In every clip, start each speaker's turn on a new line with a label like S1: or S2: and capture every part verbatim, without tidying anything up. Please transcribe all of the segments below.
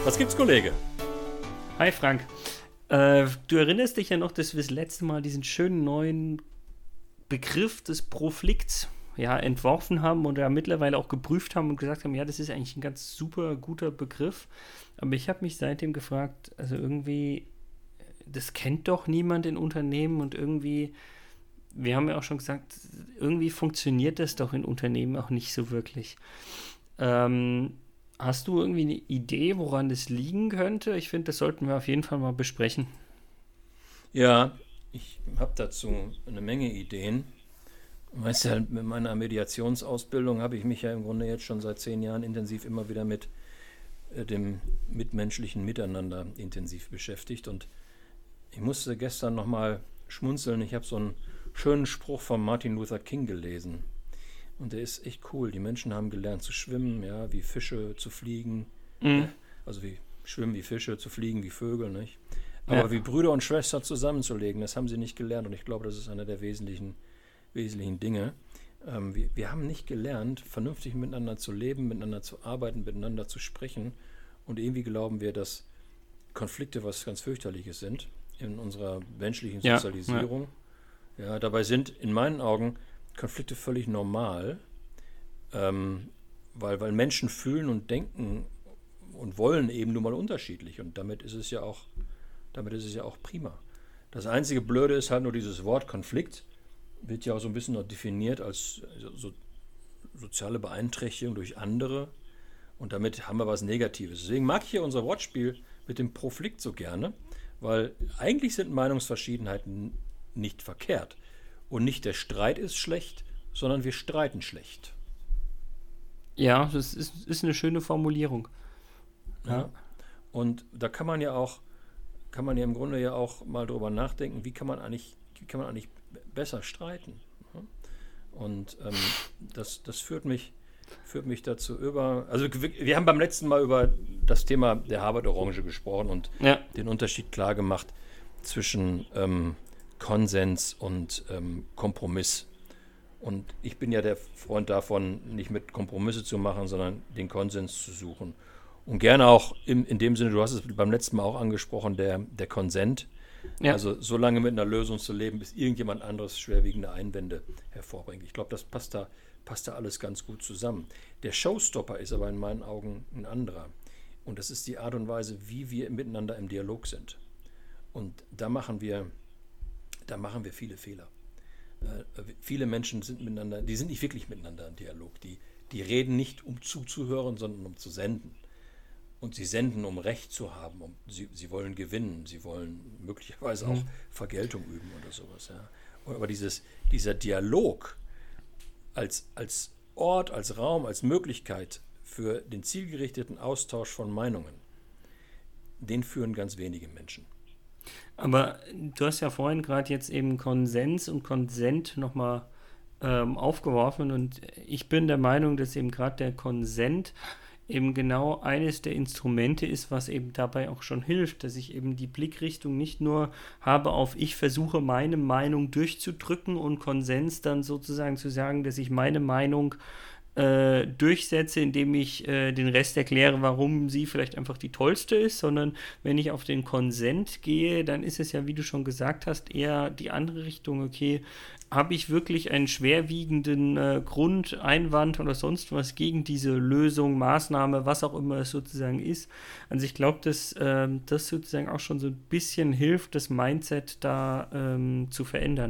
S1: Was gibt's, Kollege?
S2: Hi Frank. Äh, du erinnerst dich ja noch, dass wir das letzte Mal diesen schönen neuen Begriff des Proflikts ja, entworfen haben und ja mittlerweile auch geprüft haben und gesagt haben, ja, das ist eigentlich ein ganz super guter Begriff. Aber ich habe mich seitdem gefragt, also irgendwie, das kennt doch niemand in Unternehmen und irgendwie, wir haben ja auch schon gesagt, irgendwie funktioniert das doch in Unternehmen auch nicht so wirklich. Ähm, hast du irgendwie eine Idee, woran das liegen könnte? Ich finde, das sollten wir auf jeden Fall mal besprechen.
S1: Ja, ich habe dazu eine Menge Ideen. Weißt ja, mit meiner Mediationsausbildung habe ich mich ja im Grunde jetzt schon seit zehn Jahren intensiv immer wieder mit äh, dem mitmenschlichen Miteinander intensiv beschäftigt. Und ich musste gestern nochmal schmunzeln. Ich habe so einen schönen Spruch von Martin Luther King gelesen. Und der ist echt cool. Die Menschen haben gelernt zu schwimmen, ja, wie Fische, zu fliegen.
S2: Mhm.
S1: Ja, also wie schwimmen wie Fische, zu fliegen wie Vögel, nicht? Aber
S2: Ja.
S1: wie Brüder und Schwestern zusammenzulegen, das haben sie nicht gelernt. Und ich glaube, das ist einer der wesentlichen, wesentlichen Dinge. Ähm, wir, wir haben nicht gelernt, vernünftig miteinander zu leben, miteinander zu arbeiten, miteinander zu sprechen. Und irgendwie glauben wir, dass Konflikte was ganz fürchterliches sind in unserer menschlichen
S2: Ja,
S1: Sozialisierung. Ja, dabei sind in meinen Augen Konflikte völlig normal, ähm, weil, weil Menschen fühlen und denken und wollen eben nun mal unterschiedlich. Und damit ist es ja auch, damit ist es ja auch prima. Das einzige Blöde ist halt nur dieses Wort Konflikt, wird ja auch so ein bisschen noch definiert als so, soziale Beeinträchtigung durch andere. Und damit haben wir was Negatives. Deswegen mag ich hier unser Wortspiel mit dem Proflikt so gerne, weil eigentlich sind Meinungsverschiedenheiten nicht verkehrt. Und nicht der Streit ist schlecht, sondern wir streiten schlecht.
S2: Ja, das ist, ist eine schöne Formulierung.
S1: Ja. Und da kann man ja auch, kann man ja im Grunde ja auch mal drüber nachdenken, wie kann man eigentlich, wie kann man eigentlich besser streiten. Und ähm, das, das führt mich, führt mich dazu über. Also wir, wir haben beim letzten Mal über das Thema der Harvard-Orange gesprochen und
S2: Ja.
S1: den Unterschied klar gemacht zwischen ähm, Konsens und ähm, Kompromiss. Und ich bin ja der Freund davon, nicht mit Kompromisse zu machen, sondern den Konsens zu suchen. Und gerne auch in, in dem Sinne, du hast es beim letzten Mal auch angesprochen, der, der Konsent.
S2: Ja.
S1: Also so lange mit einer Lösung zu leben, bis irgendjemand anderes schwerwiegende Einwände hervorbringt. Ich glaube, das passt da, passt da alles ganz gut zusammen. Der Showstopper ist aber in meinen Augen ein anderer. Und das ist die Art und Weise, wie wir miteinander im Dialog sind. Und da machen wir Da machen wir viele Fehler. Äh, viele Menschen sind miteinander, die sind nicht wirklich miteinander im Dialog. Die, die reden nicht, um zuzuhören, sondern um zu senden. Und sie senden, um Recht zu haben. Um, sie, sie wollen gewinnen. Sie wollen möglicherweise
S2: Mhm.
S1: auch Vergeltung üben oder sowas. Ja. Aber dieses, dieser Dialog als, als Ort, als Raum, als Möglichkeit für den zielgerichteten Austausch von Meinungen, den führen ganz wenige Menschen.
S2: Aber du hast ja vorhin gerade jetzt eben Konsens und Konsent nochmal ähm, aufgeworfen und ich bin der Meinung, dass eben gerade der Konsent eben genau eines der Instrumente ist, was eben dabei auch schon hilft, dass ich eben die Blickrichtung nicht nur habe auf, ich versuche meine Meinung durchzudrücken und Konsens dann sozusagen zu sagen, dass ich meine Meinung äh, durchsetze, indem ich äh, den Rest erkläre, warum sie vielleicht einfach die tollste ist, sondern wenn ich auf den Konsent gehe, dann ist es ja, wie du schon gesagt hast, eher die andere Richtung, okay, habe ich wirklich einen schwerwiegenden äh, Grund, Einwand oder sonst was gegen diese Lösung, Maßnahme, was auch immer es sozusagen ist. Also ich glaube, dass ähm, das sozusagen auch schon so ein bisschen hilft, das Mindset da ähm, zu verändern.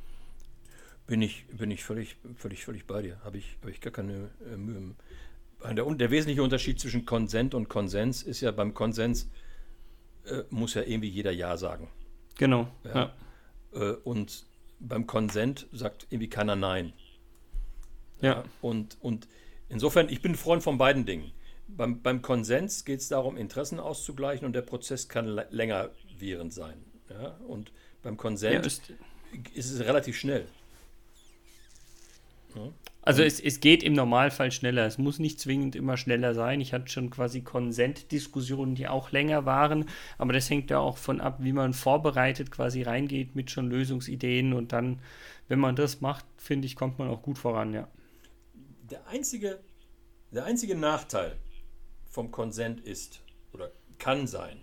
S1: Bin ich, bin ich völlig, völlig, völlig bei dir. Habe ich, habe ich gar keine äh, Mühe. Der, der wesentliche Unterschied zwischen Konsent und Konsens ist ja, beim Konsens äh, muss ja irgendwie jeder Ja sagen.
S2: Genau.
S1: Ja. Ja. Äh, und beim Konsent sagt irgendwie keiner Nein.
S2: Ja.
S1: Ja. Und, und insofern, ich bin ein Freund von beiden Dingen. Beim, beim Konsens geht es darum, Interessen auszugleichen und der Prozess kann l- länger während sein. Ja. Und beim Konsent
S2: Ja, ist,
S1: ist es relativ schnell. Ja.
S2: Also es, es geht im Normalfall schneller. Es muss nicht zwingend immer schneller sein. Ich hatte schon quasi Konsentdiskussionen, die auch länger waren, aber das hängt ja auch von ab, wie man vorbereitet quasi reingeht mit schon Lösungsideen und dann, wenn man das macht, finde ich, kommt man auch gut voran, ja.
S1: Der einzige, der einzige Nachteil vom Konsent ist, oder kann sein.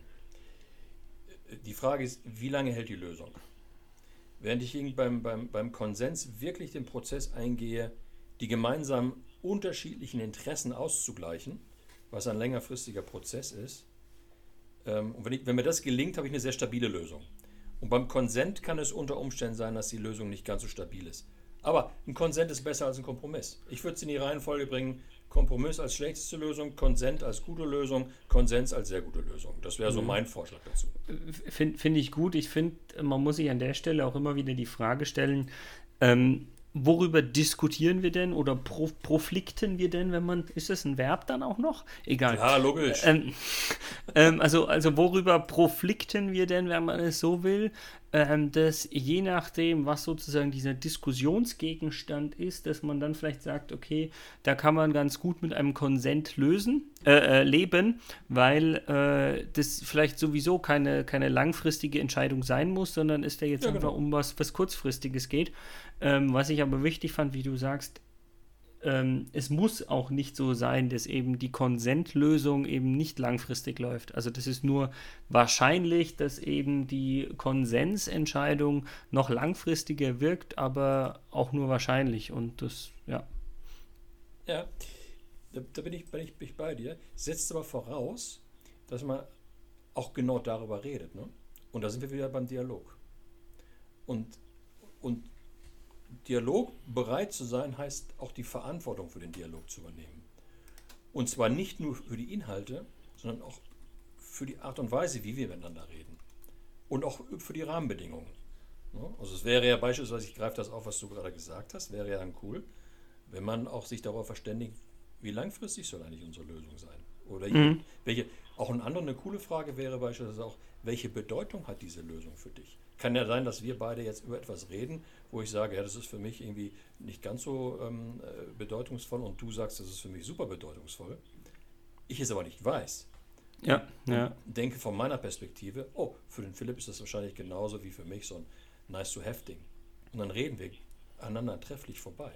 S1: Die Frage ist, wie lange hält die Lösung? Während ich beim, beim, beim Konsens wirklich den Prozess eingehe, die gemeinsam unterschiedlichen Interessen auszugleichen, was ein längerfristiger Prozess ist, ähm, und wenn, ich, wenn mir das gelingt, habe ich eine sehr stabile Lösung. Und beim Konsent kann es unter Umständen sein, dass die Lösung nicht ganz so stabil ist. Aber ein Konsent ist besser als ein Kompromiss. Ich würde es in die Reihenfolge bringen, Kompromiss als schlechteste Lösung, Konsent als gute Lösung, Konsens als sehr gute Lösung. Das wäre so mein Vorschlag dazu.
S2: Finde find ich gut. Ich finde, man muss sich an der Stelle auch immer wieder die Frage stellen, ähm, worüber diskutieren wir denn oder pro, proflikten wir denn, wenn man, ist das ein Verb dann auch noch? Egal.
S1: Ja, logisch.
S2: Ähm, ähm, also, also worüber proflikten wir denn, wenn man es so will, ähm, dass je nachdem, was sozusagen dieser Diskussionsgegenstand ist, dass man dann vielleicht sagt, okay, da kann man ganz gut mit einem Konsent lösen, äh, äh, leben, weil äh, das vielleicht sowieso keine, keine langfristige Entscheidung sein muss, sondern es da jetzt
S1: Ja,
S2: einfach
S1: genau.
S2: um was, was Kurzfristiges geht. Ähm, was ich aber wichtig fand, wie du sagst, ähm, es muss auch nicht so sein, dass eben die Konsentlösung eben nicht langfristig läuft. Also das ist nur wahrscheinlich, dass eben die Konsensentscheidung noch langfristiger wirkt, aber auch nur wahrscheinlich. Und das, ja.
S1: Ja, da, da bin, ich, bin, ich, bin ich bei dir. Setzt aber voraus, dass man auch genau darüber redet. Ne? Und da sind wir wieder beim Dialog. Und, und Dialog bereit zu sein, heißt auch die Verantwortung für den Dialog zu übernehmen. Und zwar nicht nur für die Inhalte, sondern auch für die Art und Weise, wie wir miteinander reden. Und auch für die Rahmenbedingungen. Also es wäre ja beispielsweise, ich greife das auf, was du gerade gesagt hast, wäre ja dann cool, wenn man auch sich darauf verständigt, wie langfristig soll eigentlich unsere Lösung sein? Oder
S2: Mhm.
S1: welche, auch eine andere, eine coole Frage wäre beispielsweise auch, welche Bedeutung hat diese Lösung für dich? Kann ja sein, dass wir beide jetzt über etwas reden, wo ich sage, ja, das ist für mich irgendwie nicht ganz so ähm, bedeutungsvoll und du sagst, das ist für mich super bedeutungsvoll. Ich es aber nicht weiß.
S2: Ja,
S1: und
S2: ja.
S1: denke von meiner Perspektive, oh, für den Philipp ist das wahrscheinlich genauso wie für mich so ein Nice-to-have-Ding. Und dann reden wir aneinander trefflich vorbei.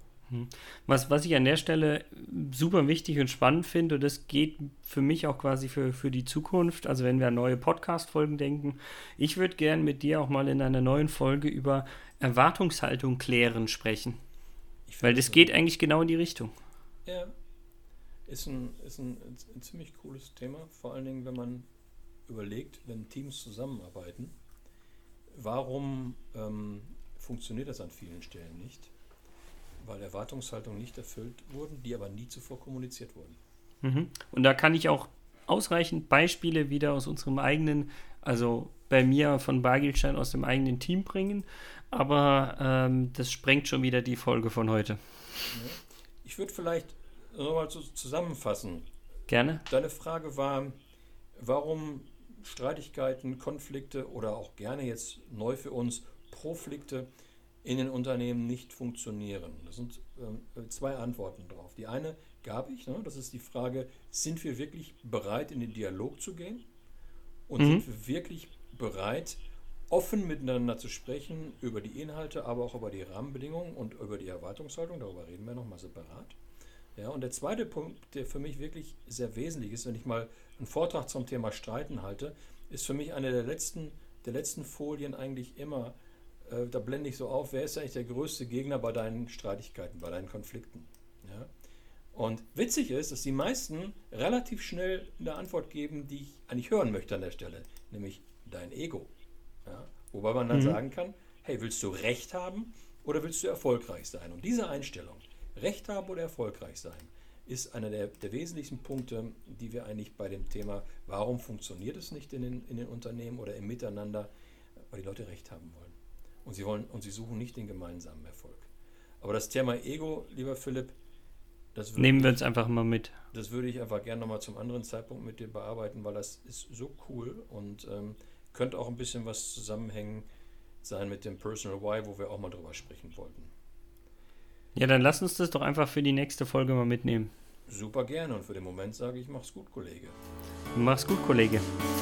S2: Was, was ich an der Stelle super wichtig und spannend finde, und das geht für mich auch quasi für, für die Zukunft, also wenn wir an neue Podcast-Folgen denken, ich würde gern mit dir auch mal in einer neuen Folge über Erwartungshaltung klären sprechen.
S1: Ich
S2: Weil
S1: finde,
S2: das geht eigentlich genau in die Richtung.
S1: Ja, ist ein, ist ein, ein ziemlich cooles Thema, vor allen Dingen, wenn man überlegt, wenn Teams zusammenarbeiten, warum ähm, funktioniert das an vielen Stellen nicht? Weil Erwartungshaltungen nicht erfüllt wurden, die aber nie zuvor kommuniziert wurden.
S2: Mhm. Und da kann ich auch ausreichend Beispiele wieder aus unserem eigenen, also bei mir von Bargilstein aus dem eigenen Team bringen, aber ähm, das sprengt schon wieder die Folge von heute.
S1: Ja. Ich würde vielleicht nochmal so zusammenfassen.
S2: Gerne.
S1: Deine Frage war, warum Streitigkeiten, Konflikte oder auch gerne jetzt neu für uns Proflikte in den Unternehmen nicht funktionieren. Das sind äh, zwei Antworten drauf. Die eine gab ich, ne? Das ist die Frage, sind wir wirklich bereit, in den Dialog zu gehen? Und
S2: Mhm.
S1: sind wir wirklich bereit, offen miteinander zu sprechen über die Inhalte, aber auch über die Rahmenbedingungen und über die Erwartungshaltung? Darüber reden wir nochmal separat. Ja, und der zweite Punkt, der für mich wirklich sehr wesentlich ist, wenn ich mal einen Vortrag zum Thema Streiten halte, ist für mich eine der letzten, der letzten Folien eigentlich immer, äh, da blende ich so auf, wer ist eigentlich der größte Gegner bei deinen Streitigkeiten, bei deinen Konflikten? Ja? Und witzig ist, dass die meisten relativ schnell eine Antwort geben, die ich eigentlich hören möchte an der Stelle, nämlich dein Ego. Ja? Wobei man dann
S2: Mhm.
S1: sagen kann, hey, willst du Recht haben oder willst du erfolgreich sein? Und diese Einstellung, Recht haben oder erfolgreich sein, ist einer der, der wesentlichsten Punkte, die wir eigentlich bei dem Thema, warum funktioniert es nicht in den, in den Unternehmen oder im Miteinander, weil die Leute Recht haben wollen. Und sie wollen und sie suchen nicht den gemeinsamen Erfolg. Aber das Thema Ego, lieber Philipp, das würde
S2: Nehmen wir
S1: ich,
S2: uns einfach mal mit.
S1: das würde ich einfach gerne nochmal zum anderen Zeitpunkt mit dir bearbeiten, weil das ist so cool und ähm, könnte auch ein bisschen was zusammenhängen sein mit dem Personal Why, wo wir auch mal drüber sprechen wollten.
S2: Ja, dann lass uns das doch einfach für die nächste Folge mal mitnehmen.
S1: Super gerne und für den Moment sage ich, mach's gut, Kollege.
S2: Mach's gut, Kollege.